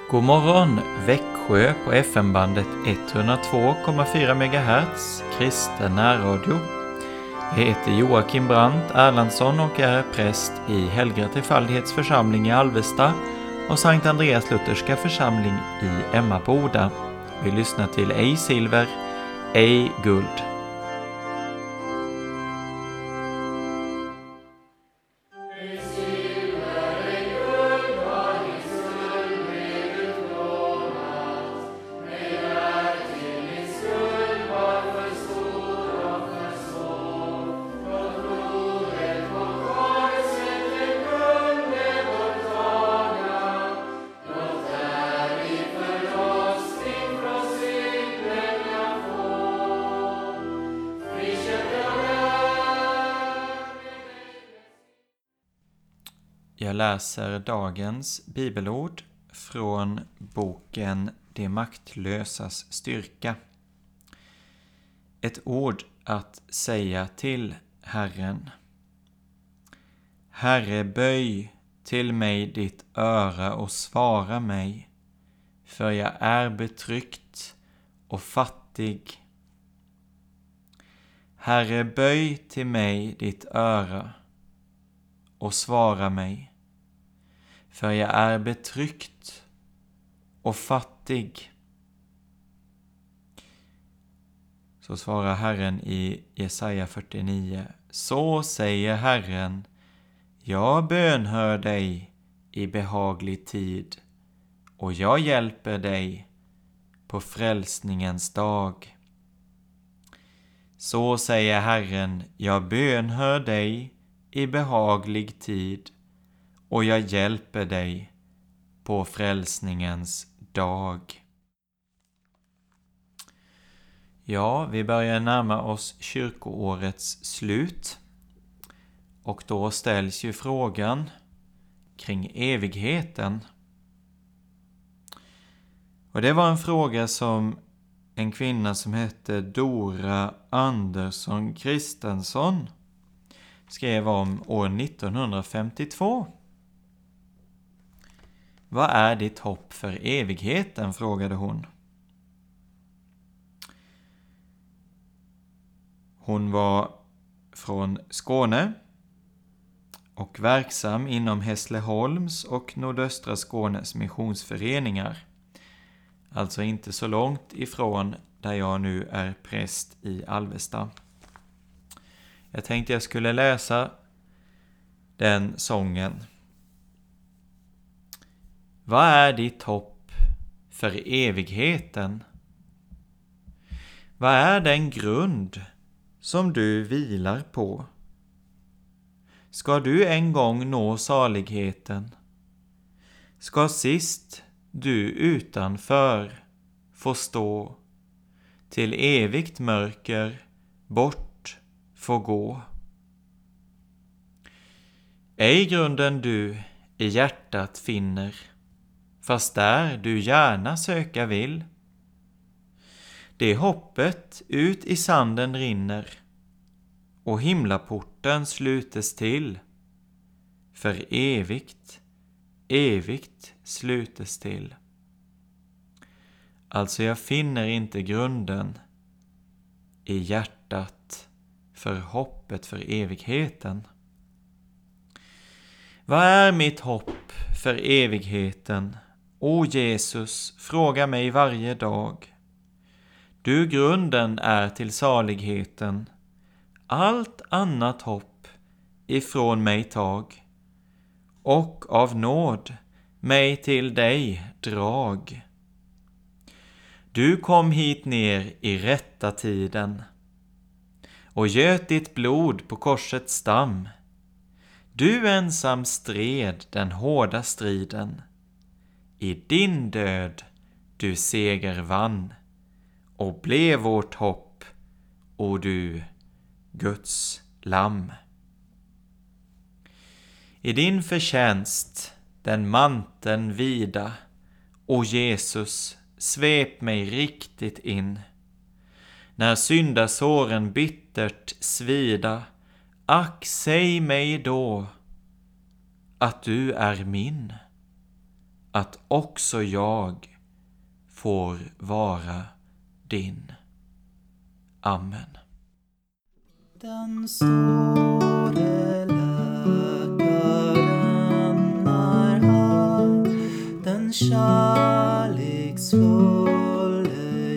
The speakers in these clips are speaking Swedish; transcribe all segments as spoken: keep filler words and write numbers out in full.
God morgon Växjö på F M-bandet etthundratvå komma fyra megahertz, kristen närradio. Jag heter Joakim Brandt Erlandsson och är präst i Helga Trefaldighetsförsamling i Alvesta och Sankt Andreas Lutherska församling i Emmaboda. Vi lyssnar till Ej silver, ej guld. Jag läser dagens bibelord från boken De maktlösas styrka. Ett ord att säga till Herren. Herre, böj till mig ditt öra och svara mig, för jag är betryckt och fattig. Herre, böj till mig ditt öra och svara mig, för jag är betryckt och fattig. Så svarar Herren i Jesaja fyrtionio. Så säger Herren, jag bönhör dig i behaglig tid, och jag hjälper dig på frälsningens dag. Så säger Herren, jag bönhör dig i behaglig tid, och jag hjälper dig på frälsningens dag. Ja, vi börjar närma oss kyrkoårets slut. Och då ställs ju frågan kring evigheten. Och det var en fråga som en kvinna som hette Dora Andersson Kristensson skrev om år nittonhundrafemtiotvå. Vad är ditt hopp för evigheten? Frågade hon. Hon var från Skåne och verksam inom Hässleholms och nordöstra Skånes missionsföreningar. Alltså inte så långt ifrån där jag nu är präst i Alvesta. Jag tänkte jag skulle läsa den sången. Vad är ditt hopp för evigheten? Vad är den grund som du vilar på? Ska du en gång nå saligheten? Ska sist du utanför få stå, till evigt mörker bort få gå? Ej grunden du i hjärtat finner, fast där du gärna söka vill. Det hoppet ut i sanden rinner, och himlaporten slutes till, för evigt, evigt slutes till. Alltså jag finner inte grunden i hjärtat för hoppet för evigheten. Vad är mitt hopp för evigheten? O Jesus, fråga mig varje dag. Du grunden är till saligheten, allt annat hopp ifrån mig tag, och av nåd mig till dig drag. Du kom hit ner i rätta tiden och göt ditt blod på korsets stam. Du ensam stred den hårda striden, i din död du seger vann, och blev vårt hopp, o du Guds lamm. I din förtjänst den manteln vida, o Jesus, svep mig riktigt in. När syndasåren bittert svida, ack säg mig då att du är min. att också jag får vara din. Amen. Den store läkaren är här, den kärleksfulle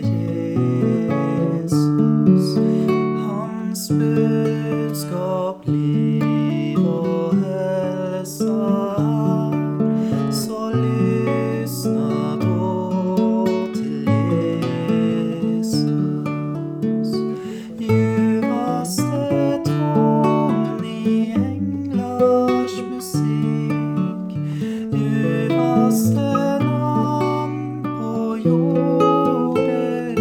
Jesus. Hans budskap, liv och hälsa är, så lyssna då till Jesus. Ljuvaste ton i änglars musik, ljuvaste namn på jorden,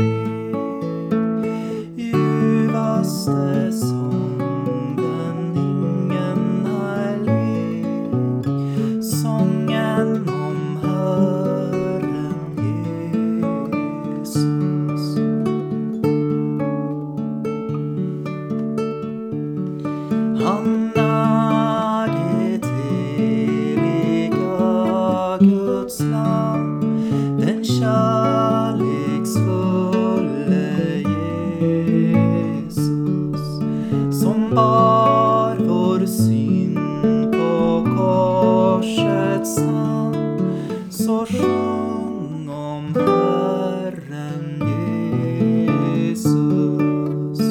ljuvaste sång den ingen är lik, sången om Herren Jesus. Han är det heliga Guds lam, den kärleksfulle Jesus, som bar vår synd på korsets sand. Så sjung om Herren Jesus.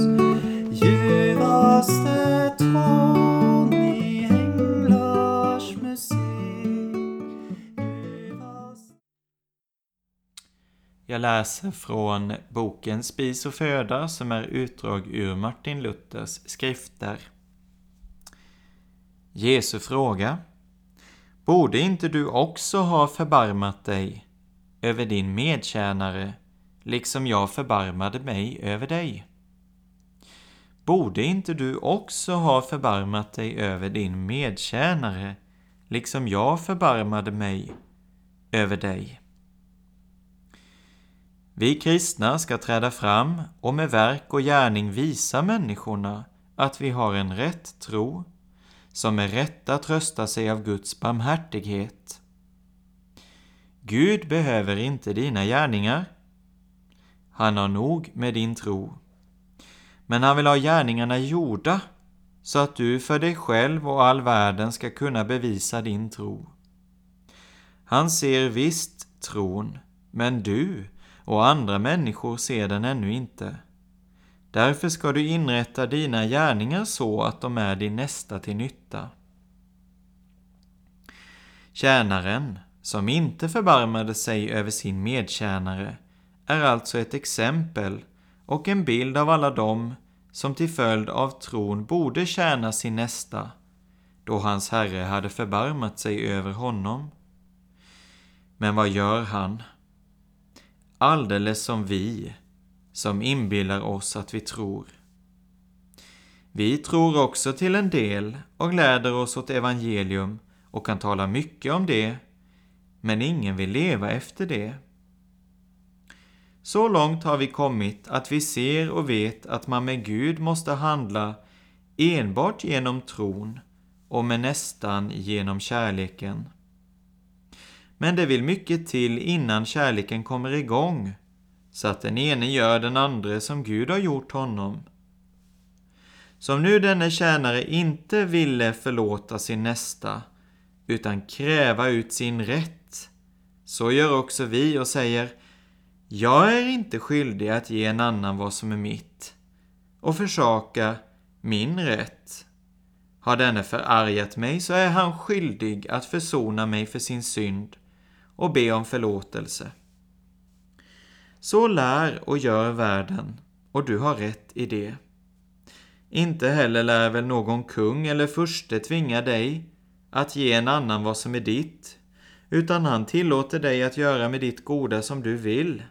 Ljuvaste ton i änglars musik, ljuvast... Jag läser från boken Spis och föda, som är utdrag ur Martin Luthers skrifter. Jesu fråga: borde inte du också ha förbarmat dig över din medtjänare, liksom jag förbarmade mig över dig? Borde inte du också ha förbarmat dig över din medtjänare, liksom jag förbarmade mig över dig? Vi kristna ska träda fram och med verk och gärning visa människorna att vi har en rätt tro, som är rätt att trösta sig av Guds barmhärtighet. Gud behöver inte dina gärningar. Han har nog med din tro. Men han vill ha gärningarna gjorda, så att du för dig själv och all världen ska kunna bevisa din tro. Han ser visst tron, men du och andra människor ser den ännu inte. Därför ska du inrätta dina gärningar så att de är din nästa till nytta. Tjänaren, som inte förbarmade sig över sin medtjänare, är alltså ett exempel och en bild av alla dem som till följd av tron borde tjäna sin nästa, då hans herre hade förbarmat sig över honom. Men vad gör han? Alldeles som vi, som inbillar oss att vi tror. Vi tror också till en del och gläder oss åt evangelium och kan tala mycket om det, men ingen vill leva efter det. Så långt har vi kommit att vi ser och vet att man med Gud måste handla enbart genom tron och med nästan genom kärleken. Men det vill mycket till innan kärleken kommer igång, så att den ene gör den andra som Gud har gjort honom. Som nu denne tjänare inte ville förlåta sin nästa, utan kräva ut sin rätt, så gör också vi och säger: jag är inte skyldig att ge en annan vad som är mitt, och försaka min rätt. Har denne förargat mig, så är han skyldig att försona mig för sin synd och be om förlåtelse. Så lär och gör världen, och du har rätt i det. Inte heller lär väl någon kung eller furste tvinga dig att ge en annan vad som är ditt, utan han tillåter dig att göra med ditt goda som du vill.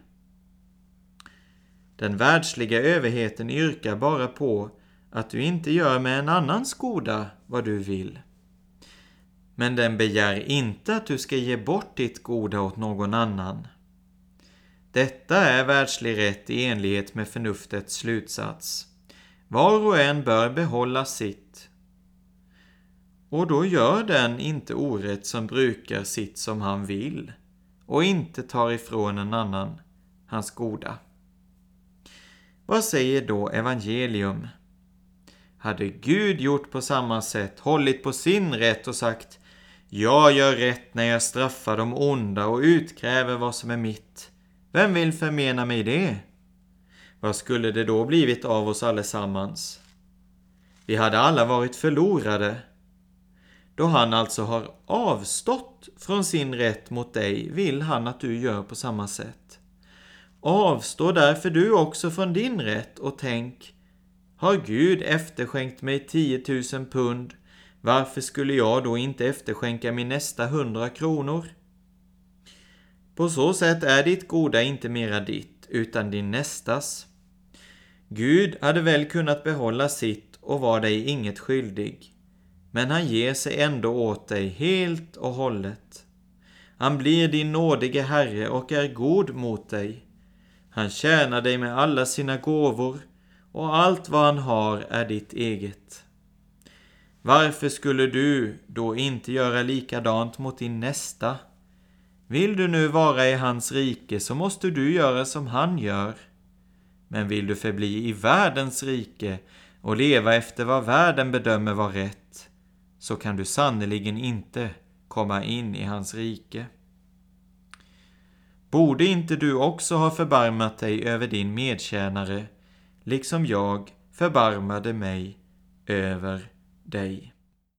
Den världsliga överheten yrkar bara på att du inte gör med en annans goda vad du vill. Men den begär inte att du ska ge bort ditt goda åt någon annan. Detta är världslig rätt i enlighet med förnuftets slutsats. Var och en bör behålla sitt. Och då gör den inte orätt som brukar sitt som han vill, och inte tar ifrån en annan hans goda. Vad säger då evangelium? Hade Gud gjort på samma sätt, hållit på sin rätt och sagt: jag gör rätt när jag straffar de onda och utkräver vad som är mitt. Vem vill förmena mig det? Vad skulle det då blivit av oss allesammans? Vi hade alla varit förlorade. Då han alltså har avstått från sin rätt mot dig vill han att du gör på samma sätt. Avstå därför du också från din rätt och tänk: har Gud efterskänkt mig tiotusen pund, varför skulle jag då inte efterskänka min nästa hundra kronor? På så sätt är ditt goda inte mera ditt, utan din nästas. Gud hade väl kunnat behålla sitt och var dig inget skyldig, men han ger sig ändå åt dig helt och hållet. Han blir din nådige Herre och är god mot dig. Han tjänar dig med alla sina gåvor, och allt vad han har är ditt eget. Varför skulle du då inte göra likadant mot din nästa? Vill du nu vara i hans rike så måste du göra som han gör. Men vill du förbli i världens rike och leva efter vad världen bedömer var rätt, så kan du sannoliken inte komma in i hans rike. Borde inte du också ha förbarmat dig över din medtjänare, liksom jag förbarmade mig över dig?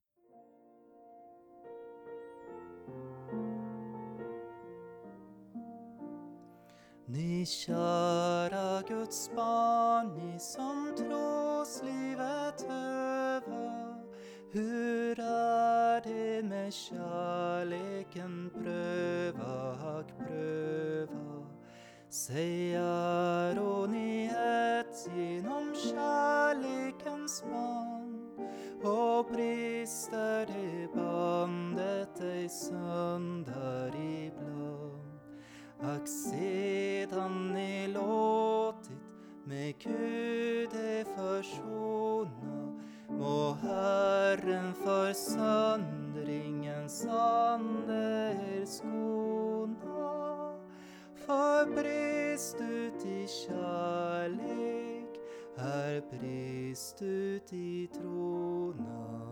Ni kära Guds barn, ni som troslivet öva, hur är det med kärleken? Pröva, ack pröva. Säg äro ni ett genom kärlekens band, och brister det bandet ej sönder ibland. Ack sedan ni låtit med Gud är försona, må Herren för söndringens ande er skona. För brist ut i kärlek är brist ut i trona.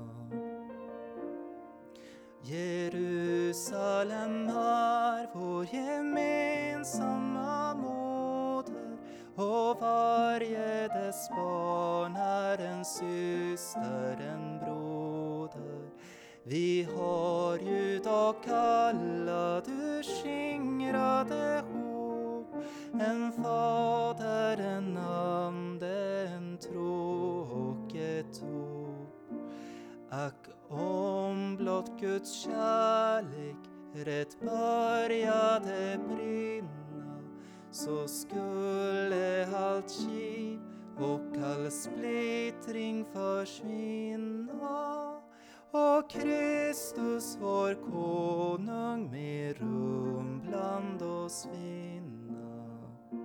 Jerusalem är vår gemensamma moder, och varje dess barn är en syster, en broder. Vi har ju dock alla du skingrade hop, en fader, en ande, en tro och ett hopp. Ack om blott Guds kärlek rätt började brinna, så skulle allt kiv och all splittring försvinna, och Kristus vår konung med rum bland oss vinna.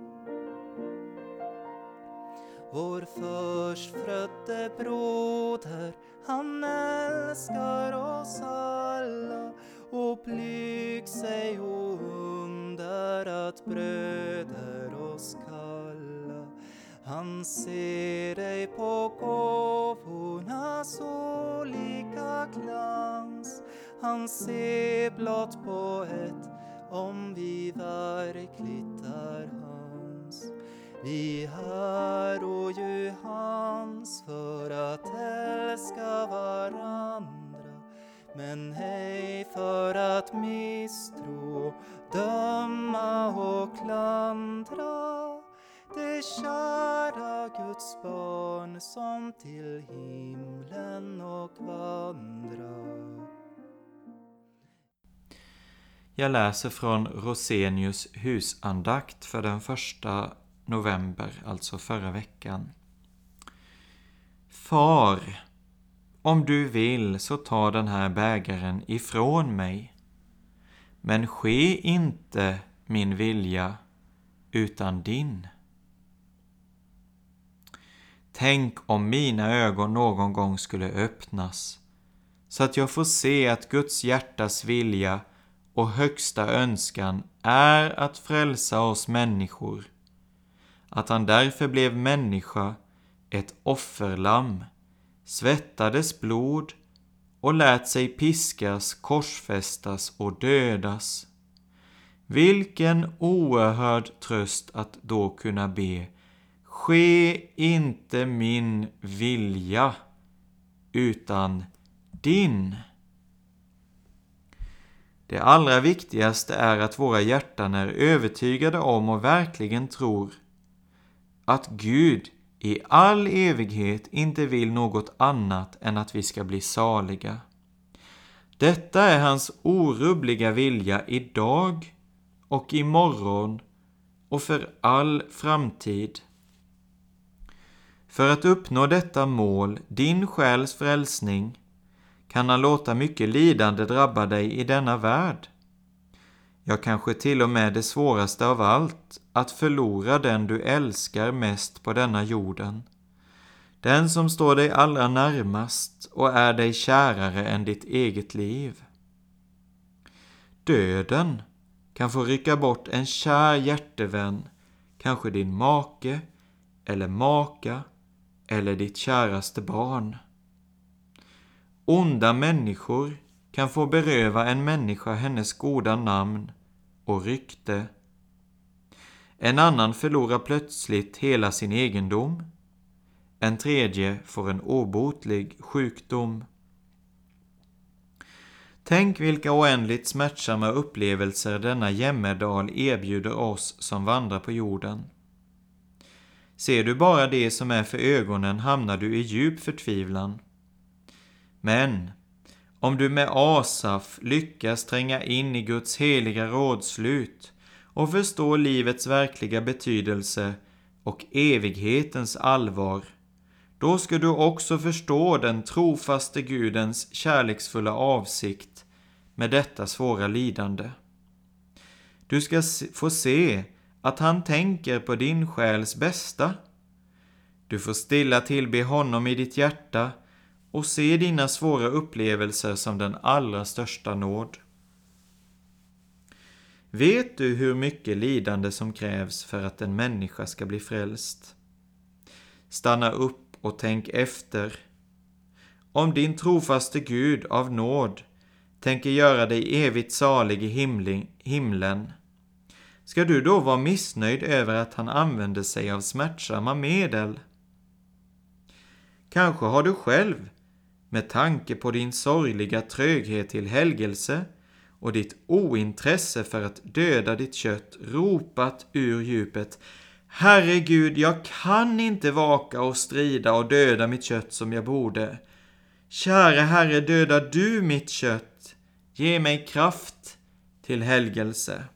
Vår förstfödde broder, han älskar oss alla, och blyg sig och under att bröder oss kalla. Han ser ej på gåvornas olika glans, han ser blott på ett, om vi verkligt är hans. Vi är och ju hans för att älska varandra, men ej för att misstro, döma och klandra det kära Guds barn som till himlen och vandrar. Jag läser från Rosenius husandakt för den första november, alltså förra veckan. Far, om du vill så ta den här bägaren ifrån mig, men ske inte min vilja utan din. Tänk om mina ögon någon gång skulle öppnas, så att jag får se att Guds hjärtas vilja och högsta önskan är att frälsa oss människor, att han därför blev människa, ett offerlamm, svettades blod och lät sig piskas, korsfästas och dödas. Vilken oerhörd tröst att då kunna be: ske inte min vilja, utan din. Det allra viktigaste är att våra hjärtan är övertygade om och verkligen tror att Gud i all evighet inte vill något annat än att vi ska bli saliga. Detta är hans orubbliga vilja idag och imorgon och för all framtid. För att uppnå detta mål, din själs frälsning, kan han låta mycket lidande drabba dig i denna värld. Ja, kanske till och med det svåraste av allt, att förlora den du älskar mest på denna jorden. Den som står dig allra närmast och är dig kärare än ditt eget liv. Döden kan få rycka bort en kär hjärtevän, kanske din make eller maka eller ditt käraste barn. Onda människor kan få beröva en människa hennes goda namn och rykte. En annan förlorar plötsligt hela sin egendom. En tredje får en obotlig sjukdom. Tänk vilka oändligt smärtsamma upplevelser denna jämmerdal erbjuder oss som vandrar på jorden. Ser du bara det som är för ögonen hamnar du i djup förtvivlan. Men om du med Asaf lyckas tränga in i Guds heliga rådslut och förstå livets verkliga betydelse och evighetens allvar, då ska du också förstå den trofaste Gudens kärleksfulla avsikt med detta svåra lidande. Du ska få se att han tänker på din själs bästa. Du får stilla tillbe honom i ditt hjärta och se dina svåra upplevelser som den allra största nåd. Vet du hur mycket lidande som krävs för att en människa ska bli frälst? Stanna upp och tänk efter. Om din trofaste Gud av nåd tänker göra dig evigt salig i himling, himlen, ska du då vara missnöjd över att han använder sig av smärtsamma medel? Kanske har du själv, med tanke på din sorgliga tröghet till helgelse och ditt ointresse för att döda ditt kött, ropat ur djupet: Herre Gud, jag kan inte vaka och strida och döda mitt kött som jag borde. Käre Herre, döda du mitt kött. Ge mig kraft till helgelse.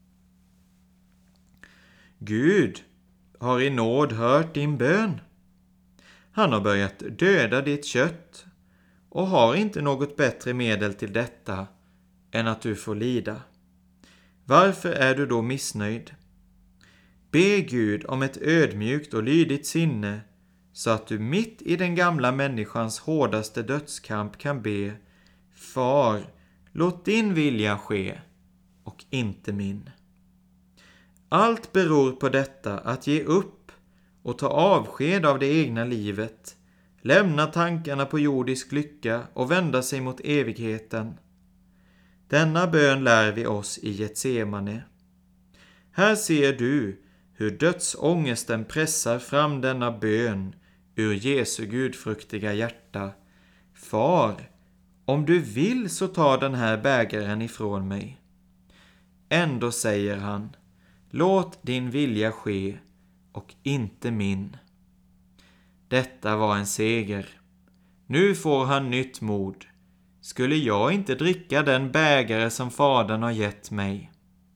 Gud har i nåd hört din bön. Han har börjat döda ditt kött och har inte något bättre medel till detta än att du får lida. Varför är du då missnöjd? Be Gud om ett ödmjukt och lydigt sinne så att du mitt i den gamla människans hårdaste dödskamp kan be: Far, låt din vilja ske och inte min. Allt beror på detta, att ge upp och ta avsked av det egna livet, lämna tankarna på jordisk lycka och vända sig mot evigheten. Denna bön lär vi oss i Getsemane. Här ser du hur dödsångesten pressar fram denna bön ur Jesu gudfruktiga hjärta: Far, om du vill så ta den här bägaren ifrån mig. Ändå säger han: Låt din vilja ske och inte min. Detta var en seger. Nu får han nytt mod. Skulle jag inte dricka den bägare som Fadern har gett mig?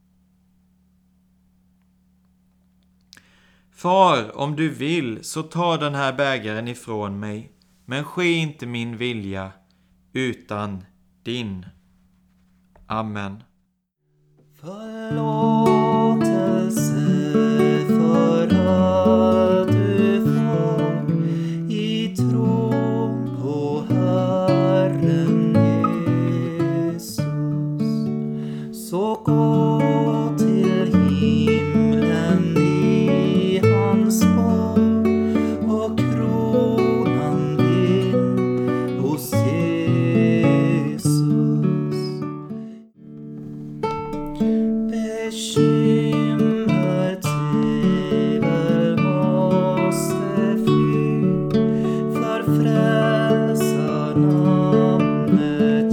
Far, om du vill så ta den här bägaren ifrån mig, men ske inte min vilja utan din. Amen. Förlåtelse för att du får i tron på Herren Jesus. Så gå till bekymmer, tvivel måste fly för frälsarnamnet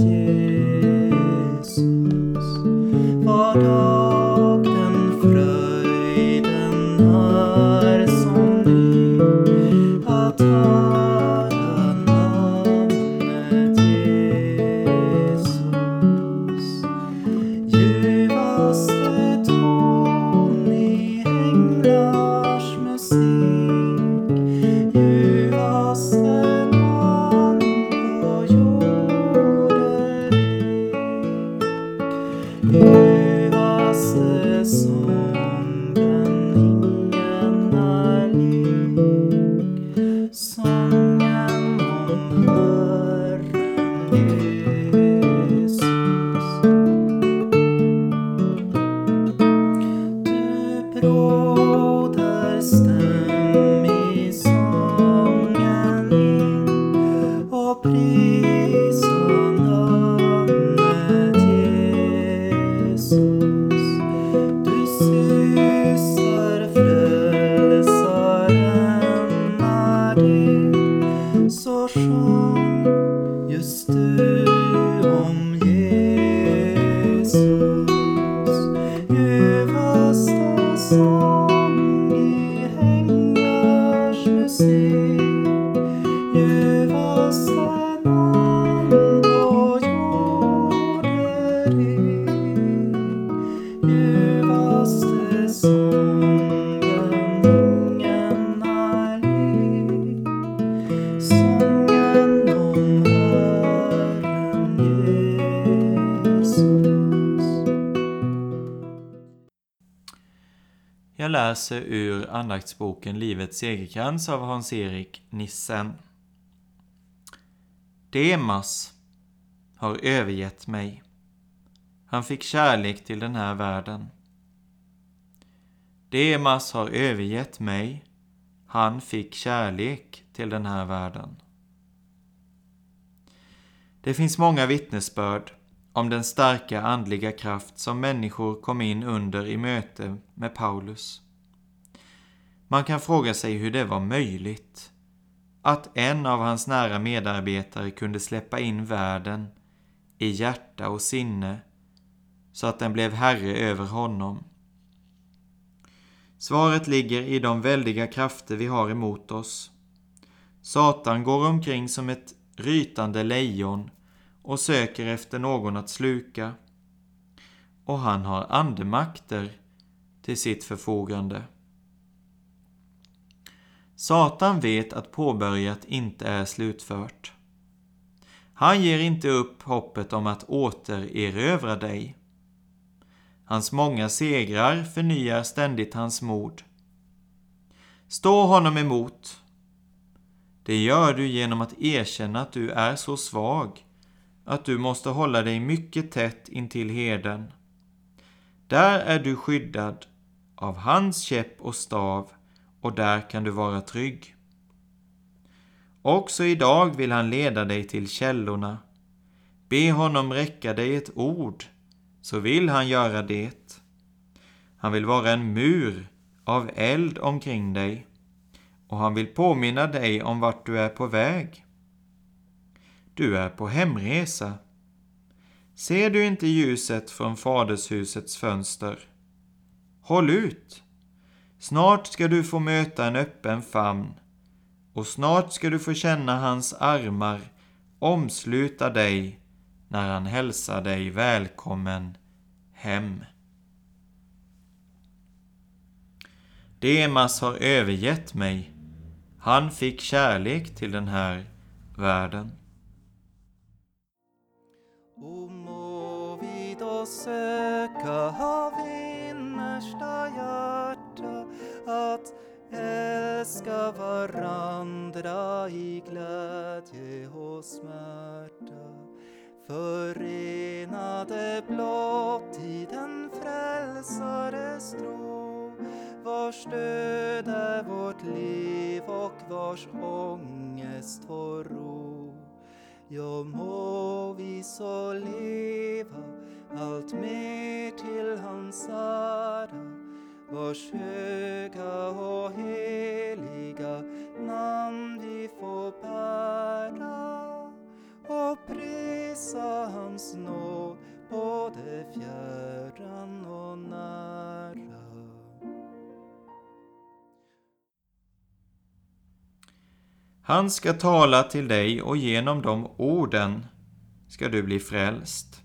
Jesus. Var dag den fröjden är som ny att höra namnet Jesus. Ljuvaste ton i änglars musik, ljuvaste man på jorden rik, ljuvaste sången ingen är lik, sången om Herren Jesus. Broder, stäm i sången in och prisa namnet Jesus. Du syster, frälsaren är din, så sjung just du om Jesus. Ljuvaste sång i änglars musik, ljuvaste namn på jorden rik, ljuvaste sången ingen är lik, sången om Herren Jesus. Jag läser ur andaktsboken Livets segerkrans av Hans-Erik Nissen. Demas har övergett mig. Han fick kärlek till den här världen. Demas har övergett mig. Han fick kärlek till den här världen. Det finns många vittnesbörd om den starka andliga kraft som människor kom in under i möte med Paulus. Man kan fråga sig hur det var möjligt att en av hans nära medarbetare kunde släppa in världen i hjärta och sinne så att den blev herre över honom. Svaret ligger i de väldiga krafter vi har emot oss. Satan går omkring som ett rytande lejon och söker efter någon att sluka. Och han har andemakter till sitt förfogande. Satan vet att påbörjat inte är slutfört. Han ger inte upp hoppet om att återerövra dig. Hans många segrar förnyar ständigt hans mod. Stå honom emot. Det gör du genom att erkänna att du är så svag att du måste hålla dig mycket tätt intill herden. Där är du skyddad av hans käpp och stav, och där kan du vara trygg. Också idag vill han leda dig till källorna. Be honom räcka dig ett ord, så vill han göra det. Han vill vara en mur av eld omkring dig, och han vill påminna dig om vart du är på väg. Du är på hemresa. Ser du inte ljuset från fadershusets fönster? Håll ut. Snart ska du få möta en öppen famn, och snart ska du få känna hans armar omsluta dig när han hälsar dig välkommen hem. Demas har övergett mig. Han fick kärlek till den här världen. O må vi då söka av innersta hjärta att älska varandra i glädje och smärta, förenade blott i den frälsares tro, vars död är vårt liv och vars ångest vår ro. Ja, må vi så leva allt mer till hans ära. vars höga och heliga namn vi får bära och prisa hans nåd både fjärran och nära. Han ska tala till dig och genom de orden ska du bli frälst.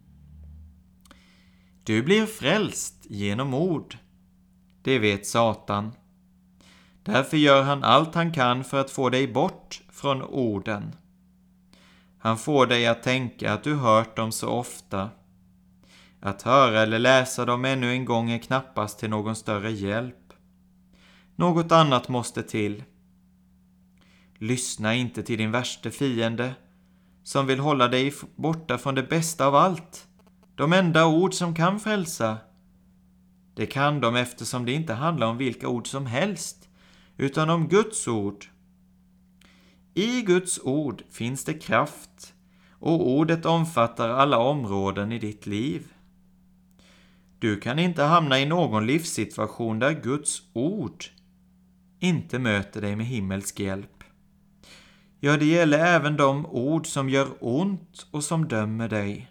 Du blir frälst genom ord. Det vet Satan. Därför gör han allt han kan för att få dig bort från orden. Han får dig att tänka att du hört dem så ofta. Att höra eller läsa dem ännu en gång är knappast till någon större hjälp. Något annat måste till. Lyssna inte till din värste fiende, som vill hålla dig borta från det bästa av allt. De enda ord som kan frälsa. Det kan de eftersom det inte handlar om vilka ord som helst, utan om Guds ord. I Guds ord finns det kraft, och ordet omfattar alla områden i ditt liv. Du kan inte hamna i någon livssituation där Guds ord inte möter dig med himmelsk hjälp. Ja, det gäller även de ord som gör ont och som dömer dig.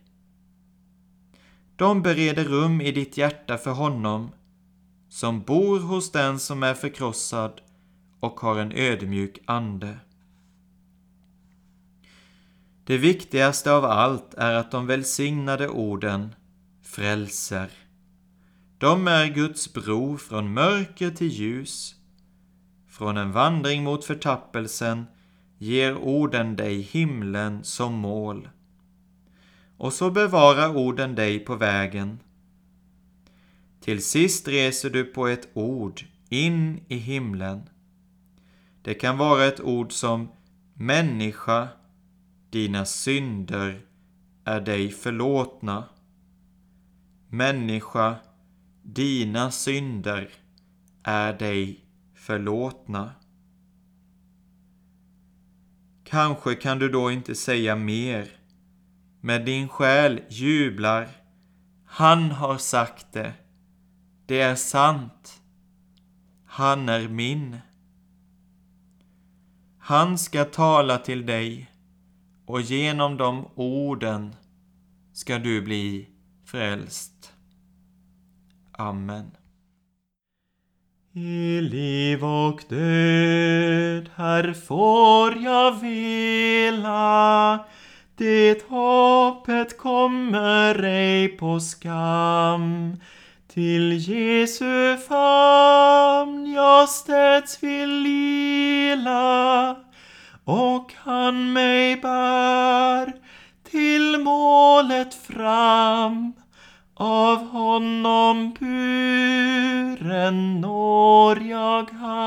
De bereder rum i ditt hjärta för honom som bor hos den som är förkrossad och har en ödmjuk ande. Det viktigaste av allt är att de välsignade orden frälser. De är Guds bro från mörker till ljus. Från en vandring mot förtappelsen ger orden dig himlen som mål. Och så bevarar orden dig på vägen. Till sist reser du på ett ord in i himlen. Det kan vara ett ord som människa, dina synder är dig förlåtna. Människa, dina synder är dig förlåtna. Kanske kan du då inte säga mer, men din själ jublar. Han har sagt det. Det är sant. Han är min. Han ska tala till dig, och genom de orden ska du bli frälst. Amen. I liv och död, här får jag vila. Det hoppet kommer ej på skam. Till Jesu famn jag städs vill lila, och han mig bär till målet fram. Av honom buren når jag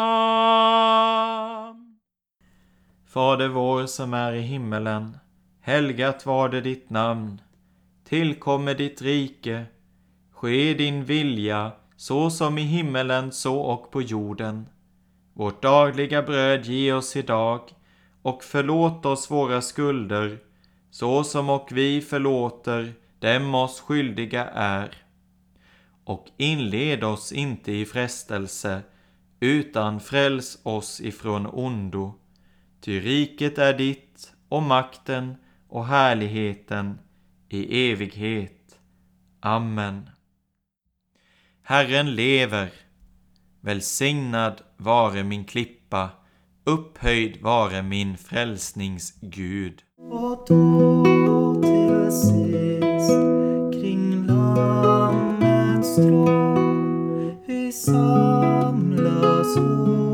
ham. Fader vår som är i himmelen, helgat var det ditt namn. Tillkommer ditt rike, ske din vilja, så som i himmelen så och på jorden. Vårt dagliga bröd ge oss idag, och förlåt oss våra skulder, så som och vi förlåter dem oss skyldiga är. Och inled oss inte i frestelse, utan fräls oss ifrån ondo. Ty riket är ditt, och makten och härligheten i evighet. Amen. Herren lever. Välsignad vare min klippa, upphöjd vare min frälsnings Gud. Och då till sist kring lammets tron vi samlas.